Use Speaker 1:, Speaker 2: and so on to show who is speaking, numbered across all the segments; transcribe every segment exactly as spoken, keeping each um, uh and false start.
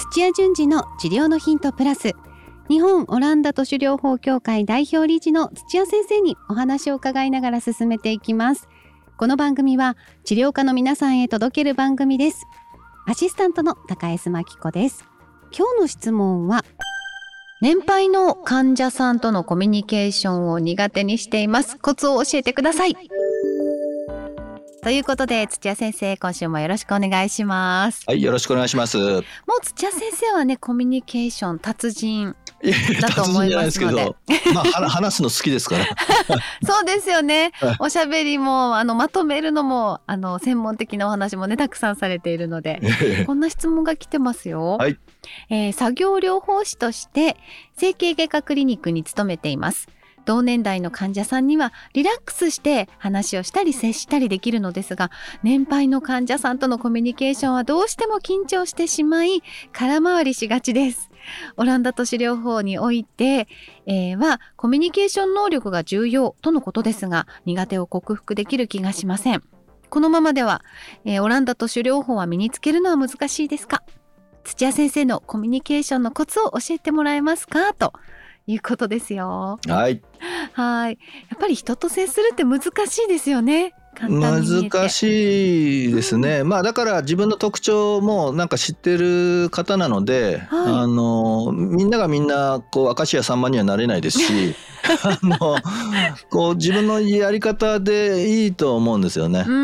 Speaker 1: 土屋順次の治療のヒントプラス、日本オランダ都市療法協会代表理事の土屋先生にお話を伺いながら進めていきます。この番組は治療家の皆さんへ届ける番組です。アシスタントの高江須真紀子です。今日の質問は、年配の患者さんとのコミュニケーションを苦手にしています。コツを教えてください。ということで、土屋先生、今週もよろしくお願いします。
Speaker 2: はい、よろしくお願いします。もう
Speaker 1: 土屋先生はね、コミュニケーション達人だと思いますので、
Speaker 2: まあ、話すの好きですから
Speaker 1: そうですよね。おしゃべりもあのまとめるのもあの専門的なお話もねたくさんされているのでこんな質問が来てますよ、
Speaker 2: はい。
Speaker 1: えー、作業療法士として整形外科クリニックに勤めています。同年代の患者さんにはリラックスして話をしたり接したりできるのですが、年配の患者さんとのコミュニケーションはどうしても緊張してしまい空回りしがちです。オランダ都市療法において、えー、はコミュニケーション能力が重要とのことですが、苦手を克服できる気がしません。このままでは、えー、オランダ都市療法は身につけるのは難しいですか？土屋先生のコミュニケーションのコツを教えてもらえますか？ということですよ。
Speaker 2: はい。
Speaker 1: はい。やっぱり人と接するって難しいですよね。簡単に見えて
Speaker 2: 難しいですね、うん、まあだから自分の特徴もなんか知ってる方なので、はい、あのみんながみんなこう明石家さんまにはなれないですしあのこう自分のやり方でいいと思うんですよね。うん、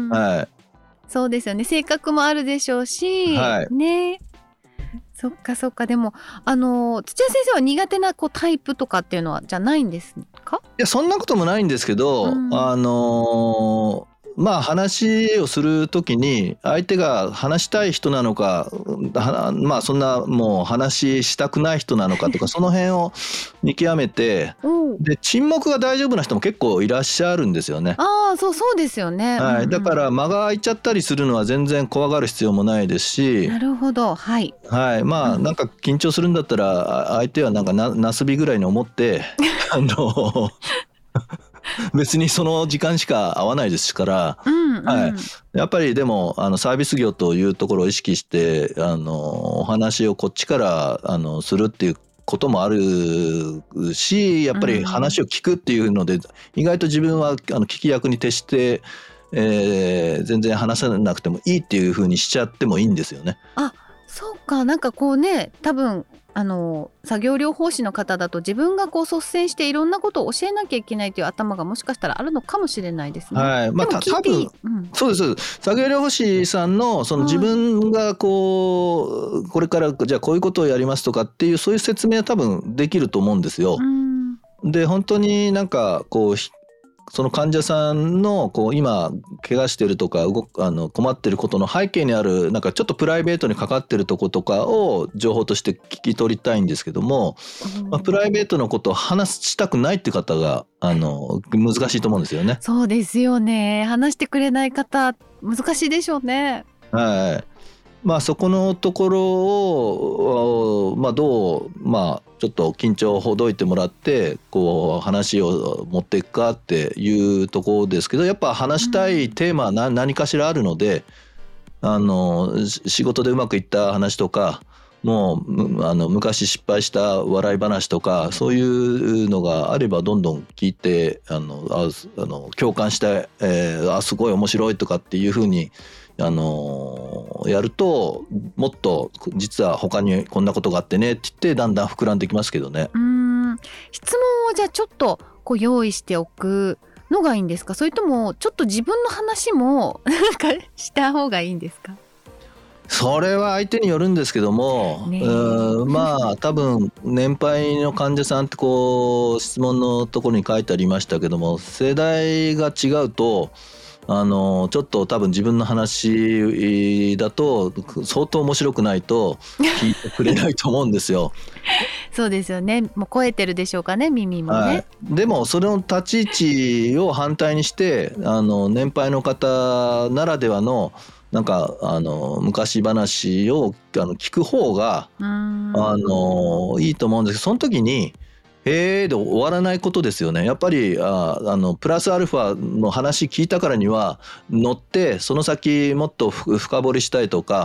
Speaker 2: はい。
Speaker 1: そうですよね。性格もあるでしょうし、はい、ね。そっかそっか。でもあの土屋先生は苦手なこうタイプとかっていうのはじゃないんですか？い
Speaker 2: や、そんなこともないんですけど、うん、あのまあ話をするときに相手が話したい人なのか、まあそんなもう話したくない人なのかとかその辺を見極めてで沈黙が大丈夫な人も結構いらっしゃるんですよね。
Speaker 1: ああ、そうそうですよね、
Speaker 2: はい、
Speaker 1: うんうん、
Speaker 2: だから間が空いちゃったりするのは全然怖がる必要もないですし。
Speaker 1: なるほど、はい、
Speaker 2: はい、まあなんか緊張するんだったら相手はなんか な, なすびぐらいに思ってあの別にその時間しか会わないですから、うんうん、はい、やっぱりでもあのサービス業というところを意識してあのお話をこっちからあのするっていうこともあるし、やっぱり話を聞くっていうので、うん、意外と自分はあの聞き役に徹して、えー、全然話さなくてもいいっていう風にしちゃってもいいんですよね。
Speaker 1: あ、そうか。なんかこうね、多分あの作業療法士の方だと自分がこう率先していろんなことを教えなきゃいけないという頭がもしかしたらあるのかもしれないですね。
Speaker 2: はい、まあ、
Speaker 1: でも聞いていい、
Speaker 2: 多分、うん、そうです。作業療法士さんのその自分がこうこれからじゃあこういうことをやりますとかっていうそういう説明は多分できると思うんですよ。うん、で本当になんかこうその患者さんのこう今怪我してるとか動くあの困ってることの背景にあるなんかちょっとプライベートにかかってるとことかを情報として聞き取りたいんですけども、まあ、プライベートのことを話したくないって方があの難しいと思うんですよね。
Speaker 1: そうですよね。話してくれない方難しいでしょうね。
Speaker 2: はい。まあそこのところをまあどうまあちょっと緊張をほどいてもらってこう話を持っていくかっていうところですけど、やっぱ話したいテーマは 何, 何かしらあるので、あの仕事でうまくいった話とかもうあの昔失敗した笑い話とかそういうのがあればどんどん聞いてあのああの共感して、えー、あすごい面白いとかっていう風にあのやるともっと実は他にこんなことがあってねって言ってだんだん膨らんできますけどね。
Speaker 1: うーん、質問をじゃあちょっとこう用意しておくのがいいんですか？それともちょっと自分の話もなんかした方がいいんですか？
Speaker 2: それは相手によるんですけども、ね、うまあ多分年配の患者さんってこう質問のところに書いてありましたけども、世代が違うとあのちょっと多分自分の話だと相当面白くないと聞いてくれないと思うんですよ。
Speaker 1: そうですよね。もう超えてるでしょうかね、耳もね、はい、
Speaker 2: でもそれの立ち位置を反対にしてあの年配の方ならではのなんかあの昔話をあの聞く方があのいいと思うんですけど、その時にへーで終わらないことですよね。やっぱりああのプラスアルファの話聞いたからには乗ってその先もっと深掘りしたいとか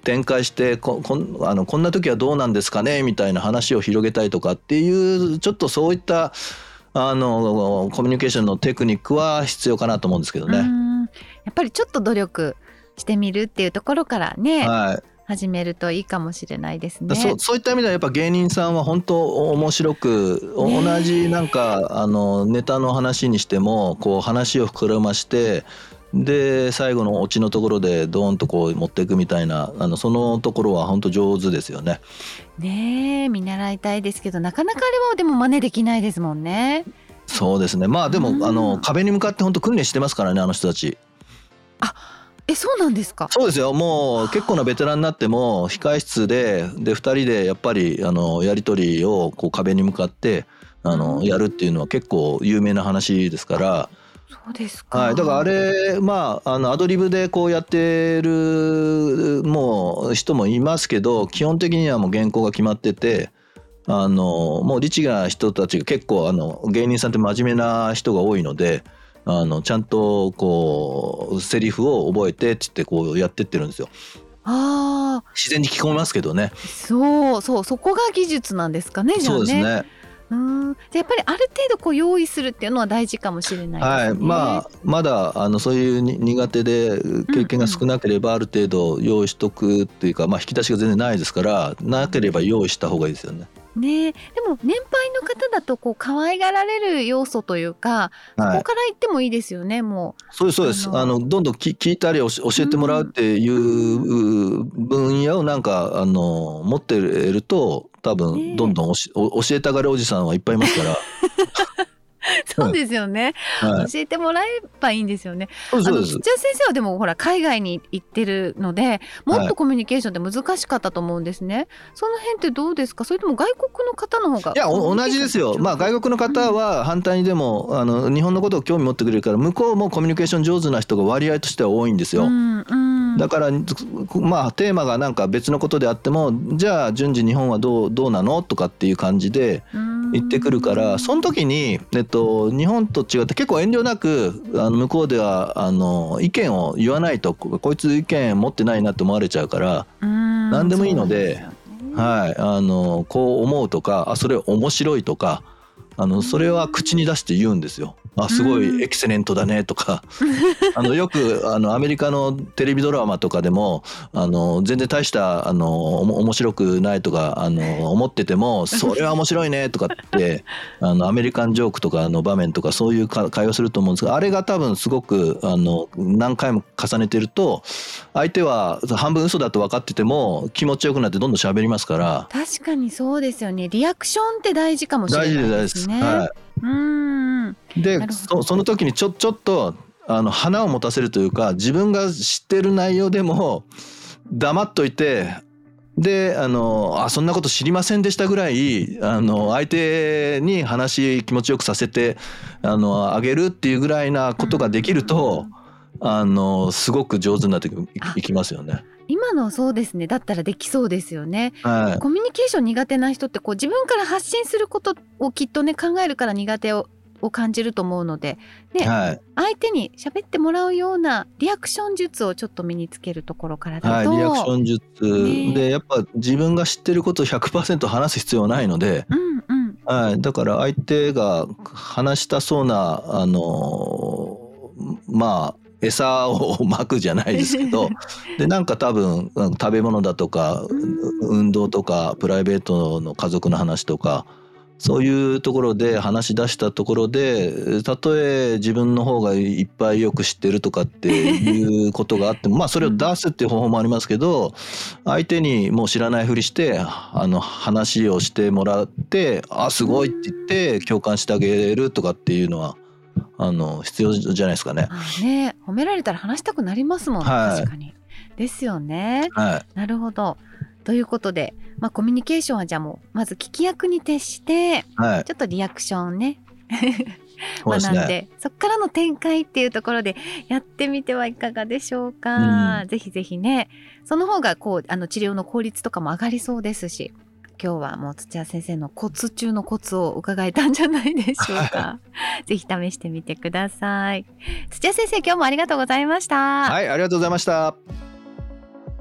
Speaker 2: 展開してここんあのこんな時はどうなんですかねみたいな話を広げたいとかっていうちょっとそういったあのコミュニケーションのテクニックは必要かなと思うんですけどね。
Speaker 1: うん、やっぱりちょっと努力してみるっていうところからね、
Speaker 2: はい、
Speaker 1: 始めるといいかもしれないですね。
Speaker 2: そう、そういった意味ではやっぱ芸人さんは本当面白く、同じなんかあのネタの話にしてもこう話を膨らましてで最後のオチのところでドーンとこう持っていくみたいなあのそのところは本当上手ですよね。
Speaker 1: ねえ、見習いたいですけどなかなかあれはでも真似できないですもんね。
Speaker 2: そうですね。まあでも、うん、あの壁に向かって本当訓練してますからね、あの人たち。
Speaker 1: あ、え、そうなんですか。
Speaker 2: そうですよ。もう結構なベテランになっても控室ででふたりでやっぱりあのやり取りをこう壁に向かってあのやるっていうのは結構有名な話ですから。
Speaker 1: そうですか。
Speaker 2: はい、だからあれ、まあ、あのアドリブでこうやってるもう人もいますけど、基本的にはもう原稿が決まってて、あのもうリッチな人たちが結構あの芸人さんって真面目な人が多いので、あのちゃんとこうセリフを覚えてって言ってこうやってってるんですよ。
Speaker 1: あ、
Speaker 2: 自然に聞こえますけどね。
Speaker 1: そうそう、そこが技術なんですかね。じゃあね。
Speaker 2: そうですね。
Speaker 1: うん、じゃやっぱりある程度こう用意するっていうのは大事かもしれないですね。
Speaker 2: はい、まあまだあのそういうに苦手で経験が少なければある程度用意しとくっていうか、まあ引き出しが全然ないですからなければ用意した方がいいですよね。
Speaker 1: ね、でも年配の方だとこう可愛がられる要素というか、そこから言ってもいいですよね。もう
Speaker 2: そうですそうです。あのどんどんき聞いたり教えてもらうっていう分野をなんかあの持ってると多分どんどんおし、ね、教えたがるおじさんはいっぱいいますから。
Speaker 1: そうですよね、はい、教えてもらえばいいんですよね。
Speaker 2: そうですそうです。
Speaker 1: 土屋先生はでもほら海外に行ってるのでもっとコミュニケーションって難しかったと思うんですね、はい、その辺ってどうですか。それとも外国の方の方が。
Speaker 2: いや同じですよ。まあ外国の方は反対にでも、うん、あの日本のことを興味持ってくれるから向こうもコミュニケーション上手な人が割合としては多いんですよ、うんうん、だからまあテーマがなんか別のことであってもじゃあ順次日本はどう、どうなのとかっていう感じで言ってくるからその時に、えっと、日本と違って結構遠慮なくあの向こうではあの意見を言わないとこいつ意見持ってないなと思われちゃうから何でもいいので、はい、あのこう思うとかあそれ面白いとかあのそれは口に出して言うんですよ。あすごいエキセレントだねとかあのよくあのアメリカのテレビドラマとかでもあの全然大したあの面白くないとかあの思っててもそれは面白いねとかってあのアメリカンジョークとかの場面とかそういう会話すると思うんですがあれが多分すごくあの何回も重ねてると相手は半分嘘だと分かってても気持ちよくなってどんどん喋りますから。
Speaker 1: 確かにそうですよね。リアクションって大事かもしれないですね。大事です、はい、うん
Speaker 2: で そ, その時にちょちょっとあの花を持たせるというか自分が知ってる内容でも黙っといてであのあそんなこと知りませんでしたぐらいあの相手に話気持ちよくさせてあのあげるっていうぐらいなことができるとあのすごく上手になっていきますよね。
Speaker 1: 今のそうですね。だったらできそうですよね、
Speaker 2: はい、
Speaker 1: コミュニケーション苦手な人ってこう自分から発信することをきっとね考えるから苦手をを感じると思うので、ね、はい、相手に喋ってもらうようなリアクション術をちょっと身につけるところからだと、
Speaker 2: はい、リアクション術、ね、でやっぱ自分が知ってることを ひゃくパーセント 話す必要はないので、うんうんはい、だから相手が話したそうなあのまあ餌をまくじゃないですけどでなんか多分食べ物だとか運動とかプライベートの家族の話とかそういうところで話し出したところでたとえ自分の方がいっぱいよく知ってるとかっていうことがあってもまあそれを出すっていう方法もありますけど相手にもう知らないふりしてあの話をしてもらってあすごいって言って共感してあげるとかっていうのはあの必要じゃないですかね。
Speaker 1: あね、褒められたら話したくなりますもん、はい、確かにですよね、はい、なるほど。ということで、まあ、コミュニケーションはじゃあもうまず聞き役に徹して、はい、ちょっとリアクションね学んで、ね、そっからの展開っていうところでやってみてはいかがでしょうか、うん、ぜひぜひねその方がこうあの治療の効率とかも上がりそうですし今日はもう土屋先生のコツ中のコツを伺えたんじゃないでしょうかぜひ試してみてください。土屋先生今日もありがとうございました。
Speaker 2: はい、ありがとうございました。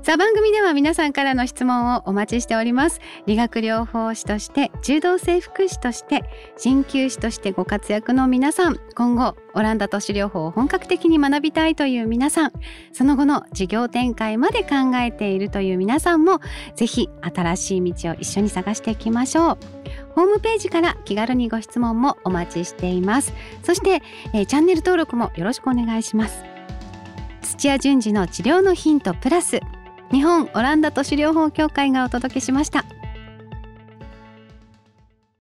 Speaker 1: さあ番組では皆さんからの質問をお待ちしております。理学療法士として柔道整復師として鍼灸師としてご活躍の皆さん、今後オランダ都市療法を本格的に学びたいという皆さん、その後の事業展開まで考えているという皆さんもぜひ新しい道を一緒に探していきましょう。ホームページから気軽にご質問もお待ちしています。そして、えー、チャンネル登録もよろしくお願いします。土屋順次の治療のヒントプラス、日本オランダ都市療法協会がお届けしました。